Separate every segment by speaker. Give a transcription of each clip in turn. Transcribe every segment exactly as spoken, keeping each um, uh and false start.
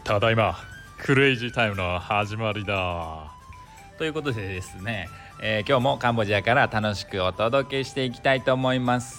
Speaker 1: ただいまクレイジータイムの始まりだ
Speaker 2: ということでですね、えー、今日もカンボジアから楽しくお届けしていきたいと思います。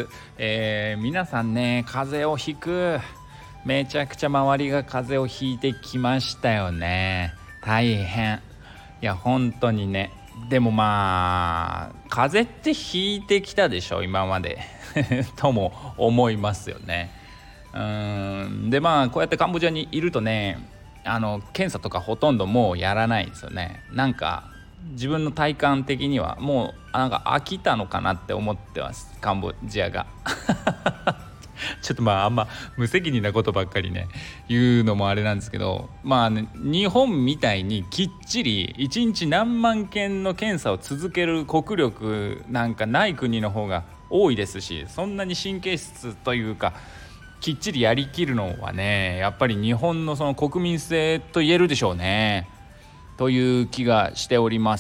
Speaker 2: えー、皆さんね、風邪をひく、めちゃくちゃ周りが風邪をひいてきましたよね。大変。いや本当にね。でもまあ風邪ってひいてきたでしょ今までとも思いますよね。うーんでまあこうやってカンボジアにいるとね、あの検査とかほとんどもうやらないですよね。なんか自分の体感的にはもうなんか飽きたのかなって思ってます、カンボジアがちょっとまああんま無責任なことばっかりね言うのもあれなんですけど、まあ、ね、日本みたいにきっちりいちにち何万件の検査を続ける国力なんかない国の方が多いですし、そんなに神経質というかきっちりやりきるのはね、やっぱり日本のその国民性と言えるでしょうねという気がしております。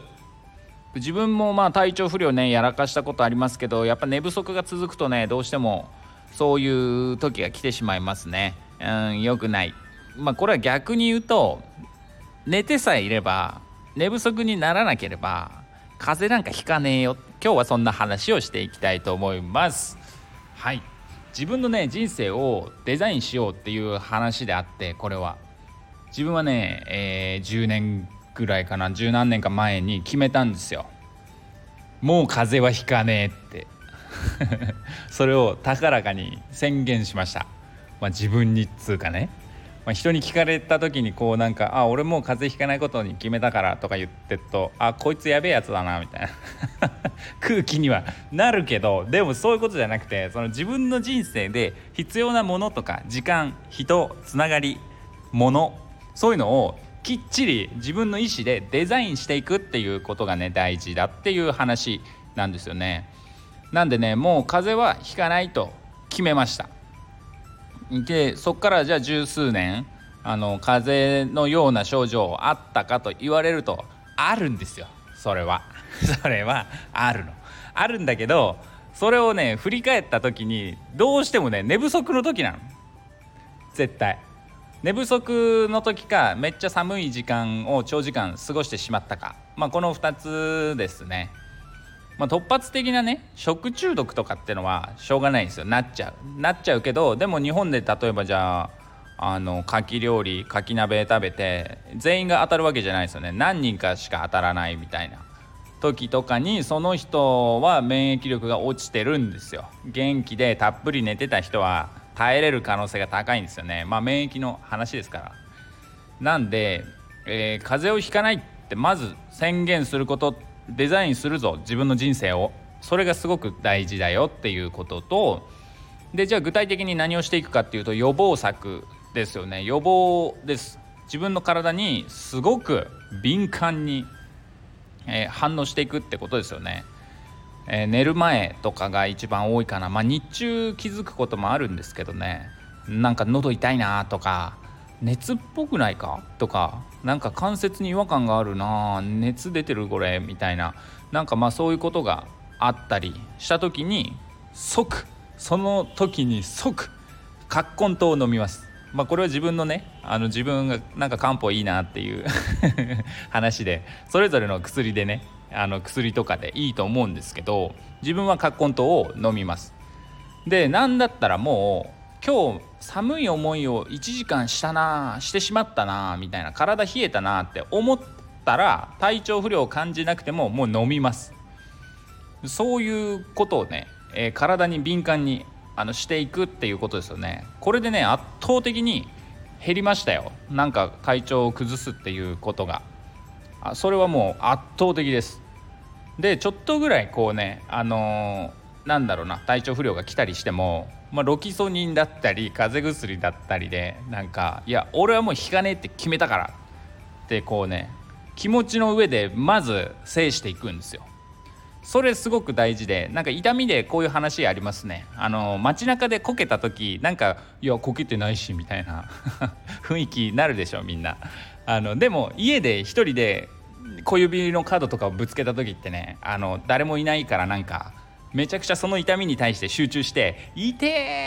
Speaker 2: 自分もまあ体調不良ねやらかしたことありますけど、やっぱ寝不足が続くとねどうしてもそういう時が来てしまいますね。うん、良くない。まあこれは逆に言うと、寝てさえいれば寝不足にならなければ風邪なんかひかねえよ。今日はそんな話をしていきたいと思います。はい、自分のね人生をデザインしようっていう話であって、これは自分はね、えー、じゅうねんぐらいかな、十何年か前に決めたんですよ。もう風邪はひかねえってそれを高らかに宣言しました。まあ、自分にっつうかね、まあ、人に聞かれた時にこうなんかあ俺もう風邪ひかないことに決めたからとか言ってると、あこいつやべえやつだなみたいな空気にはなるけど、でもそういうことじゃなくて、その自分の人生で必要なものとか時間、人、つながり、もの、そういうのをきっちり自分の意思でデザインしていくっていうことがね大事だっていう話なんですよね。なんでね、もう風邪はひかないと決めました。でそっからじゃあ十数年あの風邪のような症状あったかと言われるとあるんですよ。それはそれはあるのあるんだけど、それをね振り返った時にどうしてもね寝不足の時なの。絶対寝不足の時か、めっちゃ寒い時間を長時間過ごしてしまったか、まあこのふたつですね。まあ、突発的なね食中毒とかってのはしょうがないんですよ。なっちゃうなっちゃうけど、でも日本で例えばじゃああの牡蠣料理牡蠣鍋食べて全員が当たるわけじゃないですよね。何人かしか当たらないみたいな時とかに、その人は免疫力が落ちてるんですよ。元気でたっぷり寝てた人は耐えれる可能性が高いんですよね。まあ免疫の話ですから。なんで、えー、風邪をひかないってまず宣言すること、デザインするぞ自分の人生を、それがすごく大事だよっていうことと、でじゃあ具体的に何をしていくかっていうと、予防策ですよね。予防です。自分の体にすごく敏感に、えー、反応していくってことですよね。えー、寝る前とかが一番多いかな。まあ日中気づくこともあるんですけどね、なんか喉痛いなとか、熱っぽくないかとか、なんか関節に違和感があるな、熱出てるこれみたいな、なんかまあそういうことがあったりした時に即その時に即葛根湯を飲みます。まあこれは自分のね、あの自分がなんか漢方いいなっていう話で、それぞれの薬でね、あの薬とかでいいと思うんですけど、自分は葛根湯を飲みます。でなんだったらもう今日寒い思いをいちじかんしたなしてしまったなみたいな、体冷えたなって思ったら体調不良を感じなくてももう飲みます。そういうことをね、えー、体に敏感にあのしていくっていうことですよね。これでね圧倒的に減りましたよ。なんか体調を崩すっていうことが、あそれはもう圧倒的です。でちょっとぐらいこうね、あのー、なんだろうな、体調不良が来たりしても、まあ、ロキソニンだったり風邪薬だったりで、なんかいや俺はもう引かねえって決めたからってこうね、気持ちの上でまず制していくんですよ。それすごく大事で、なんか痛みでこういう話ありますね。あの街中でこけた時、なんかいやこけてないしみたいな雰囲気になるでしょみんな。あのでも家で一人で小指の角とかをぶつけた時ってね、あの誰もいないから、なんかめちゃくちゃその痛みに対して集中して痛え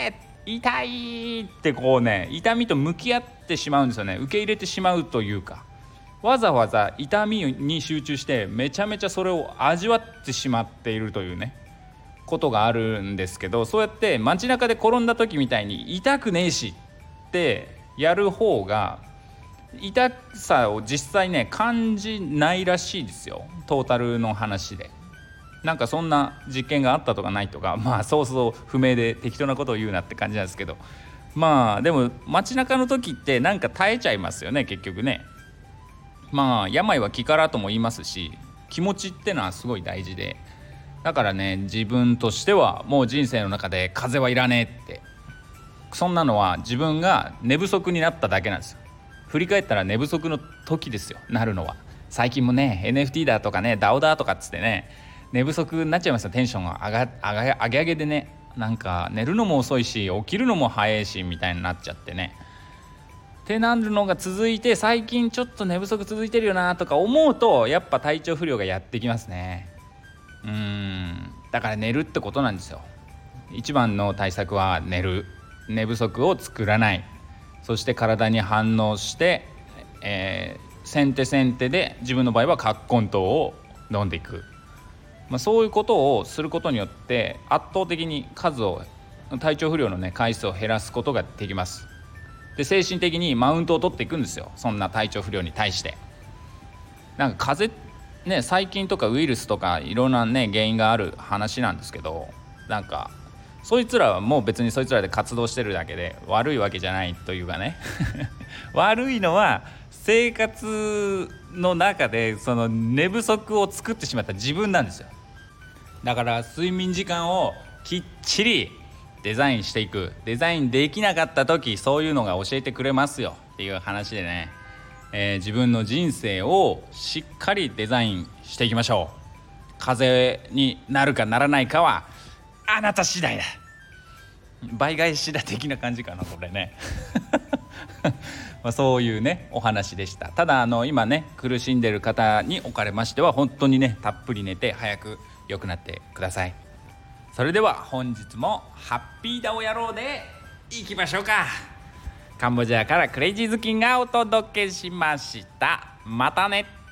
Speaker 2: 痛いってこうね痛みと向き合ってしまうんですよね。受け入れてしまうというか、わざわざ痛みに集中してめちゃめちゃそれを味わってしまっているというねことがあるんですけど、そうやって街中で転んだ時みたいに痛くねえしってやる方が痛さを実際ね感じないらしいですよ、トータルの話で。なんかそんな実験があったとかないとか、まあそうそう不明で適当なことを言うなって感じなんですけど、まあでも街中の時ってなんか耐えちゃいますよね結局ね。まあ病は気からとも言いますし、気持ちってのはすごい大事で、だからね自分としてはもう人生の中で風邪はいらねえって、そんなのは自分が寝不足になっただけなんですよ。振り返ったら寝不足の時ですよ、なるのは。最近もね エヌエフティー だとかね ダオ だとかっつってね寝不足になっちゃいますよ。テンションが上が上が上げ上げでね、なんか寝るのも遅いし起きるのも早いしみたいになっちゃってねってなるのが続いて、最近ちょっと寝不足続いてるよなとか思うとやっぱ体調不良がやってきますね。うーんだから寝るってことなんですよ。一番の対策は寝る、寝不足を作らない、そして体に反応して、えー、先手先手で自分の場合は葛根湯を飲んでいく、まあ、そういうことをすることによって圧倒的に数を体調不良の、ね、回数を減らすことができます。で精神的にマウントを取っていくんですよ、そんな体調不良に対して。なんか風邪ね、細菌とかウイルスとかいろんなね原因がある話なんですけど、なんかそいつらはもう別にそいつらで活動してるだけで悪いわけじゃないというかね悪いのは生活の中でその寝不足を作ってしまった自分なんですよ。だから睡眠時間をきっちりデザインしていく、デザインできなかった時そういうのが教えてくれますよっていう話でね、えー、自分の人生をしっかりデザインしていきましょう。風邪になるかならないかはあなた次第だ。倍返しだ的な感じかなこれねまあそういうねお話でした。ただあの今ね苦しんでる方におかれましては本当にねたっぷり寝て早く良くなってください。それでは本日もハッピーダオ野郎でいきましょうか。カンボジアからクレイジーズキンがお届けしました。またね。